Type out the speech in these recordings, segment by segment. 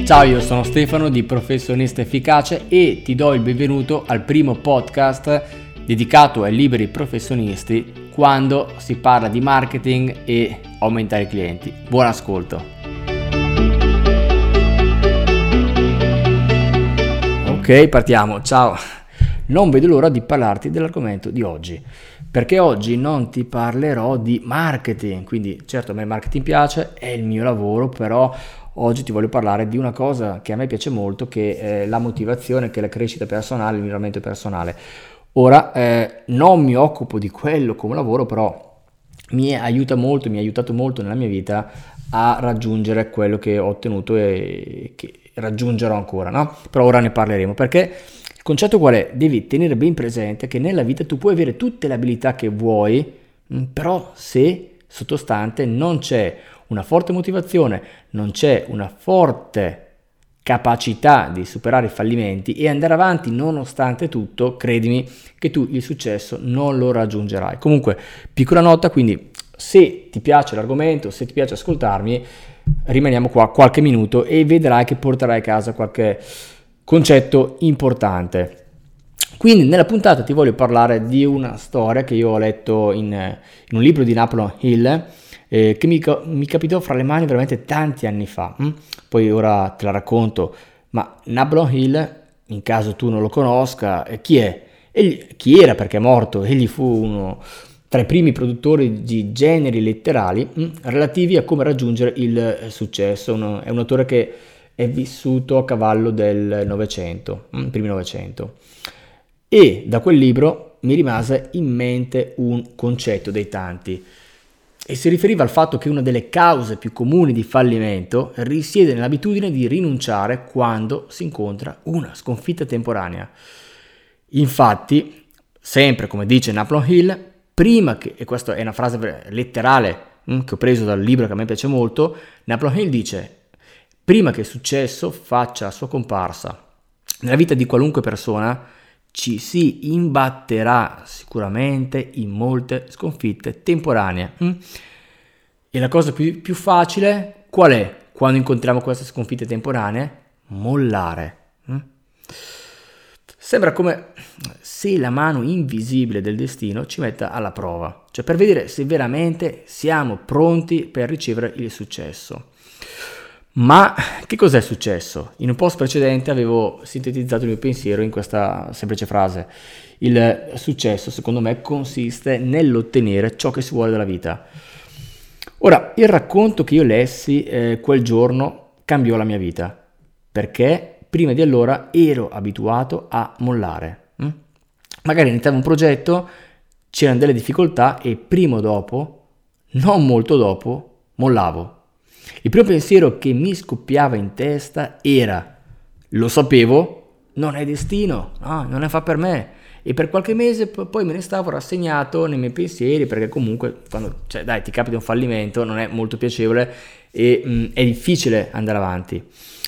Ciao, io sono Stefano di Professionista Efficace e ti do il benvenuto al primo podcast dedicato ai liberi professionisti quando si parla di marketing e aumentare i clienti. Buon ascolto. Ok, partiamo. Ciao. Non vedo l'ora di parlarti dell'argomento di oggi, perché oggi non ti parlerò di marketing, quindi certo a me il marketing piace, è il mio lavoro, però oggi ti voglio parlare di una cosa che a me piace molto, che è la motivazione, che è la crescita personale, il miglioramento personale. Ora, non mi occupo di quello come lavoro, però mi ha aiutato molto nella mia vita a raggiungere quello che ho ottenuto e che raggiungerò ancora, no? Però ora ne parleremo, perché il concetto qual è? Devi tenere ben presente che nella vita tu puoi avere tutte le abilità che vuoi, però se sottostante non c'è una forte motivazione, non c'è una forte capacità di superare i fallimenti e andare avanti nonostante tutto, credimi che tu il successo non lo raggiungerai. Comunque, piccola nota, quindi se ti piace l'argomento, se ti piace ascoltarmi, rimaniamo qua qualche minuto e vedrai che porterai a casa qualche concetto importante. Quindi nella puntata ti voglio parlare di una storia che io ho letto in un libro di Napoleon Hill, che mi capitò fra le mani veramente tanti anni fa. Poi ora te la racconto, ma Napoleon Hill, in caso tu non lo conosca, chi è? Chi era, perché è morto? Egli fu uno tra i primi produttori di generi letterali relativi a come raggiungere il successo. È un autore che è vissuto a cavallo del Novecento, primi Novecento. E da quel libro mi rimase in mente un concetto dei tanti, e si riferiva al fatto che una delle cause più comuni di fallimento risiede nell'abitudine di rinunciare quando si incontra una sconfitta temporanea. Infatti, sempre come dice Napoleon Hill, prima che, e questa è una frase letterale che ho preso dal libro che a me piace molto, Napoleon Hill dice: prima che il successo faccia la sua comparsa nella vita di qualunque persona, ci si imbatterà sicuramente in molte sconfitte temporanee. E la cosa più facile qual è quando incontriamo queste sconfitte temporanee? Mollare. Sembra come se la mano invisibile del destino ci metta alla prova, cioè per vedere se veramente siamo pronti per ricevere il successo. Ma che cos'è successo? In un post precedente avevo sintetizzato il mio pensiero in questa semplice frase. Il successo, secondo me, consiste nell'ottenere ciò che si vuole dalla vita. Ora, il racconto che io lessi quel giorno cambiò la mia vita, perché prima di allora ero abituato a mollare. Magari iniziavo un progetto, c'erano delle difficoltà e prima o dopo, non molto dopo, mollavo. Il primo pensiero che mi scoppiava in testa era: lo sapevo, non è destino, no, non è fa per me. E per qualche mese poi me ne stavo rassegnato nei miei pensieri, perché comunque quando ti capita un fallimento non è molto piacevole e è difficile andare avanti.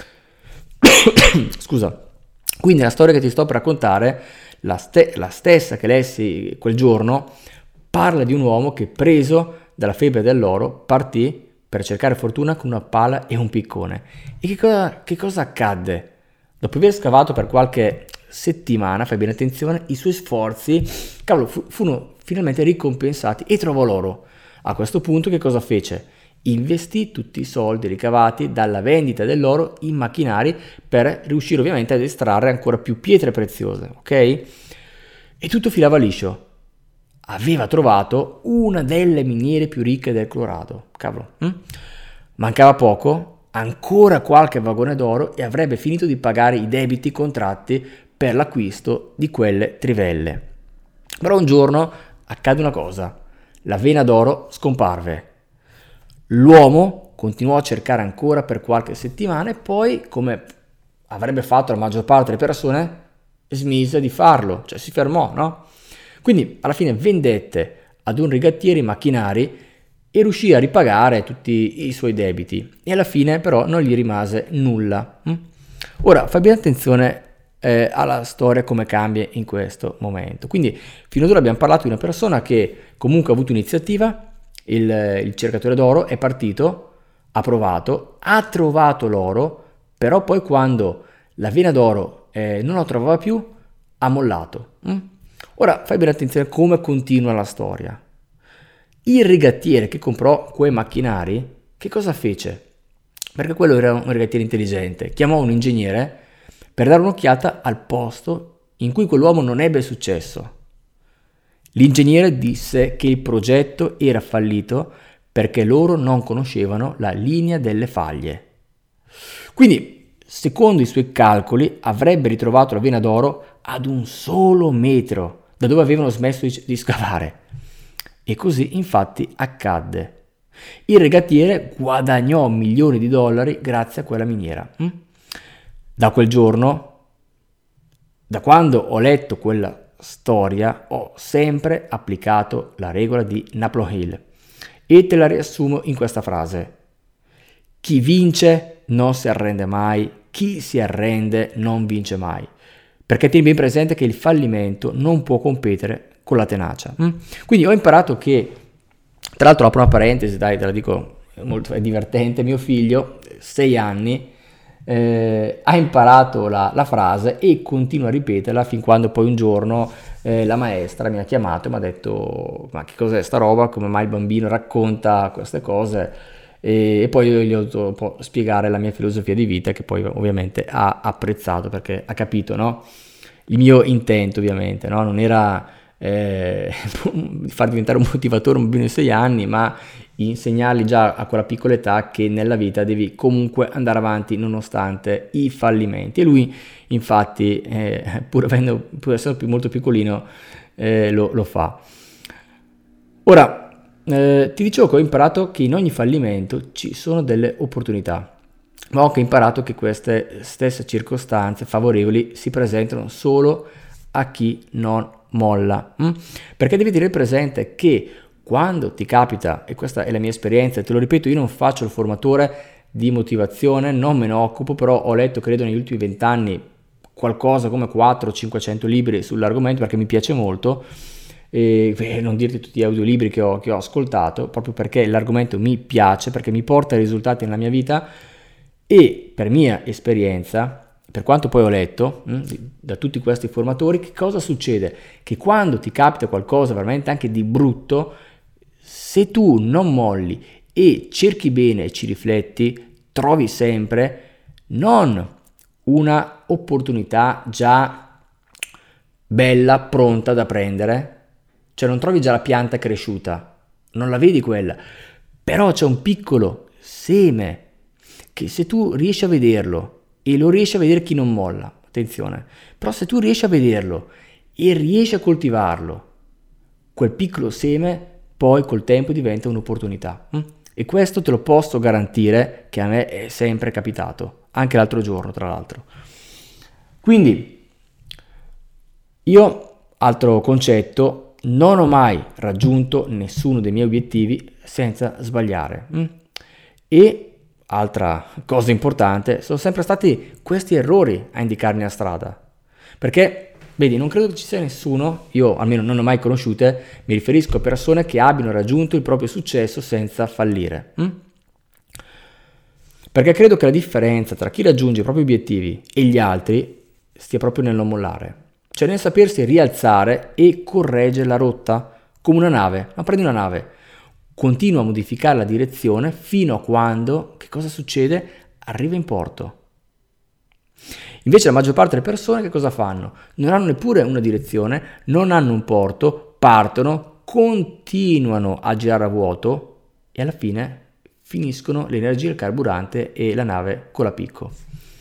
Scusa. Quindi la storia che ti sto per raccontare, la stessa che lessi quel giorno, parla di un uomo che, preso dalla febbre dell'oro, partì per cercare fortuna con una pala e un piccone. E che cosa accadde? Dopo aver scavato per qualche settimana, fai bene attenzione, i suoi sforzi, furono finalmente ricompensati e trovò l'oro. A questo punto che cosa fece? Investì tutti i soldi ricavati dalla vendita dell'oro in macchinari per riuscire ovviamente ad estrarre ancora più pietre preziose, ok? E tutto filava liscio. Aveva trovato una delle miniere più ricche del Colorado. Mancava poco, ancora qualche vagone d'oro e avrebbe finito di pagare i debiti contratti per l'acquisto di quelle trivelle. Però un giorno accade una cosa: la vena d'oro scomparve. L'uomo continuò a cercare ancora per qualche settimana e poi, come avrebbe fatto la maggior parte delle persone, smise di farlo, cioè si fermò, no? Quindi alla fine vendette ad un rigattiere i macchinari e riuscì a ripagare tutti i suoi debiti, e alla fine però non gli rimase nulla. Ora fai bene attenzione alla storia come cambia in questo momento. Quindi fino ad ora abbiamo parlato di una persona che comunque ha avuto iniziativa, il cercatore d'oro è partito, ha provato, ha trovato l'oro, però poi quando la vena d'oro non lo trovava più, ha mollato. Ora fai bene attenzione a come continua la storia. Il rigattiere che comprò quei macchinari, che cosa fece? Perché quello era un rigattiere intelligente, chiamò un ingegnere per dare un'occhiata al posto in cui quell'uomo non ebbe successo. L'ingegnere disse che il progetto era fallito perché loro non conoscevano la linea delle faglie. Quindi, secondo i suoi calcoli, avrebbe ritrovato la vena d'oro ad un solo metro da dove avevano smesso di scavare. E così infatti accadde. Il rigattiere guadagnò milioni di dollari grazie a quella miniera. Da quel giorno, da quando ho letto quella storia, ho sempre applicato la regola di Napoleon Hill e te la riassumo in questa frase: chi vince non si arrende mai, chi si arrende non vince mai. Perché tieni ben presente che il fallimento non può competere con la tenacia. Quindi ho imparato che, tra l'altro apro una parentesi, dai, te la dico, è divertente, mio figlio, 6 anni, ha imparato la frase e continua a ripeterla fin quando poi un giorno la maestra mi ha chiamato e mi ha detto: ma che cos'è sta roba, come mai il bambino racconta queste cose? E poi io gli ho dovuto un po' spiegare la mia filosofia di vita, che poi ovviamente ha apprezzato, perché ha capito, no? Il mio intento ovviamente, no? Non era far diventare un motivatore un bambino di 6 anni, ma insegnargli già a quella piccola età che nella vita devi comunque andare avanti nonostante i fallimenti. E lui infatti, pur essendo molto piccolino, lo fa. Ora, ti dicevo che ho imparato che in ogni fallimento ci sono delle opportunità, ma ho anche imparato che queste stesse circostanze favorevoli si presentano solo a chi non molla. Perché devi tenere presente che quando ti capita, e questa è la mia esperienza, te lo ripeto, io non faccio il formatore di motivazione, non me ne occupo, però ho letto, credo, negli ultimi 20 anni qualcosa come 400-500 libri sull'argomento, perché mi piace molto, e non dirti tutti gli audiolibri che ho ascoltato, proprio perché l'argomento mi piace, perché mi porta ai risultati nella mia vita. E per mia esperienza, per quanto poi ho letto da tutti questi formatori, che cosa succede? Che quando ti capita qualcosa veramente anche di brutto, se tu non molli e cerchi bene e ci rifletti, trovi sempre non una opportunità già bella, pronta da prendere, cioè non trovi già la pianta cresciuta, non la vedi quella, però c'è un piccolo seme che se tu riesci a vederlo, e lo riesci a vedere chi non molla, attenzione, però se tu riesci a vederlo e riesci a coltivarlo, quel piccolo seme poi col tempo diventa un'opportunità. E questo te lo posso garantire che a me è sempre capitato, anche l'altro giorno tra l'altro. Quindi io, altro concetto, non ho mai raggiunto nessuno dei miei obiettivi senza sbagliare. E altra cosa importante, sono sempre stati questi errori a indicarmi la strada, perché vedi, non credo che ci sia nessuno, io almeno non ne ho mai conosciute, mi riferisco a persone che abbiano raggiunto il proprio successo senza fallire, perché credo che la differenza tra chi raggiunge i propri obiettivi e gli altri stia proprio nel non mollare, cioè nel sapersi rialzare e correggere la rotta come una nave. Ma prendi una nave, continua a modificare la direzione fino a quando, che cosa succede? Arriva in porto. Invece la maggior parte delle persone che cosa fanno? Non hanno neppure una direzione, non hanno un porto, partono, continuano a girare a vuoto e alla fine finiscono l'energia, il carburante e la nave con la picco.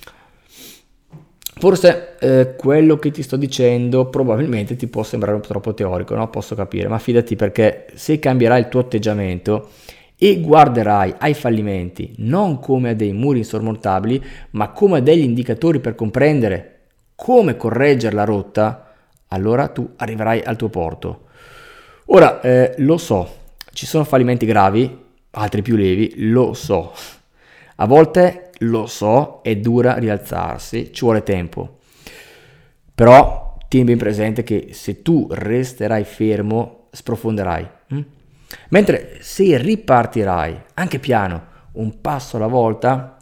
Forse quello che ti sto dicendo probabilmente ti può sembrare un po' troppo teorico, no? Posso capire, ma fidati, perché se cambierai il tuo atteggiamento e guarderai ai fallimenti non come a dei muri insormontabili, ma come a degli indicatori per comprendere come correggere la rotta, allora tu arriverai al tuo porto. Ora, lo so, ci sono fallimenti gravi, altri più lievi, lo so. A volte, lo so, è dura rialzarsi, ci vuole tempo. Però tieni ben presente che se tu resterai fermo, sprofonderai. Mentre se ripartirai, anche piano, un passo alla volta,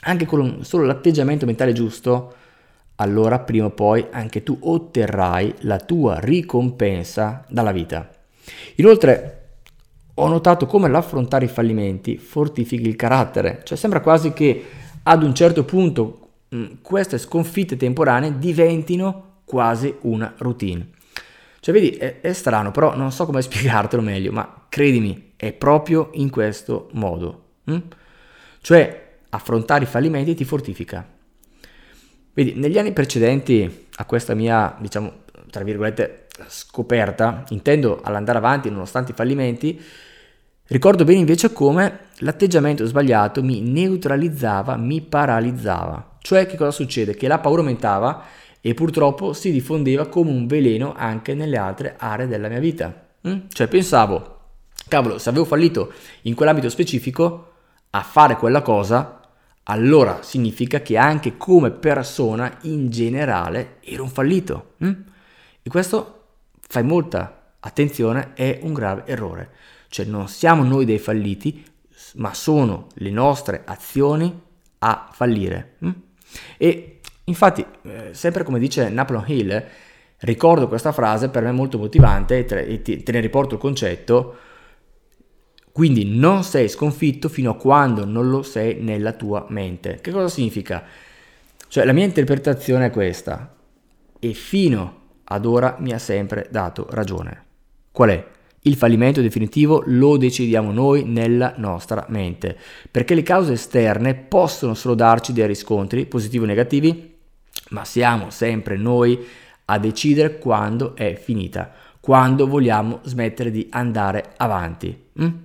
anche con solo l'atteggiamento mentale giusto, allora prima o poi anche tu otterrai la tua ricompensa dalla vita. Inoltre ho notato come l'affrontare i fallimenti fortifichi il carattere, cioè sembra quasi che ad un certo punto queste sconfitte temporanee diventino quasi una routine. Cioè vedi, è strano, però non so come spiegartelo meglio, ma credimi, è proprio in questo modo. Cioè affrontare i fallimenti ti fortifica. Vedi, negli anni precedenti a questa mia, diciamo, tra virgolette, scoperta, intendo all'andare avanti nonostante i fallimenti, ricordo bene invece come l'atteggiamento sbagliato mi neutralizzava, mi paralizzava. Cioè che cosa succede? Che la paura aumentava e purtroppo si diffondeva come un veleno anche nelle altre aree della mia vita. Cioè pensavo, cavolo, se avevo fallito in quell'ambito specifico a fare quella cosa, allora significa che anche come persona in generale ero un fallito. E questo, fai molta attenzione, è un grave errore. Cioè non siamo noi dei falliti, ma sono le nostre azioni a fallire. E infatti, sempre come dice Napoleon Hill, ricordo questa frase, per me molto motivante, e te ne riporto il concetto. Quindi non sei sconfitto fino a quando non lo sei nella tua mente. Che cosa significa? Cioè la mia interpretazione è questa, e fino ad ora mi ha sempre dato ragione. Qual è? Il fallimento definitivo lo decidiamo noi nella nostra mente, perché le cause esterne possono solo darci dei riscontri, positivi o negativi, ma siamo sempre noi a decidere quando è finita, quando vogliamo smettere di andare avanti.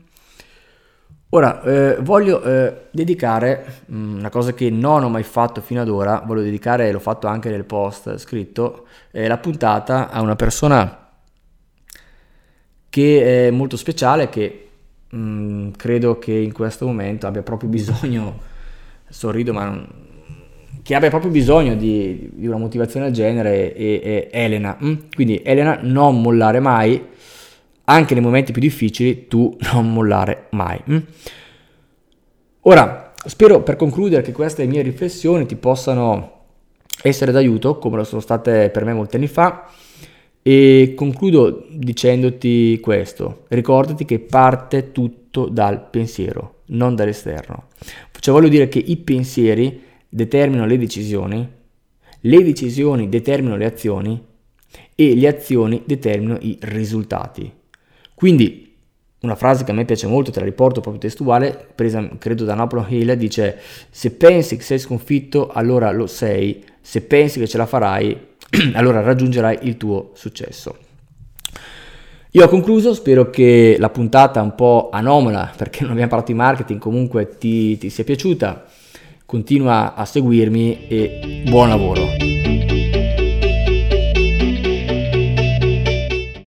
Ora, voglio dedicare una cosa che non ho mai fatto fino ad ora, voglio dedicare, l'ho fatto anche nel post scritto, la puntata a una persona che è molto speciale, che credo che in questo momento abbia proprio bisogno, sorrido ma che abbia proprio bisogno di una motivazione del genere, è Elena. Quindi Elena, non mollare mai, anche nei momenti più difficili tu non mollare mai. Ora, spero per concludere che queste mie riflessioni ti possano essere d'aiuto, come lo sono state per me molti anni fa, e concludo dicendoti questo: ricordati che parte tutto dal pensiero, non dall'esterno. Cioè voglio dire che i pensieri determinano le decisioni determinano le azioni e le azioni determinano i risultati. Quindi una frase che a me piace molto, te la riporto proprio testuale, presa credo da Napoleon Hill, dice: se pensi che sei sconfitto, allora lo sei; se pensi che ce la farai, allora raggiungerai il tuo successo. Io ho concluso, spero che la puntata un po' anomala, perché non abbiamo parlato di marketing, comunque ti sia piaciuta. Continua a seguirmi e buon lavoro.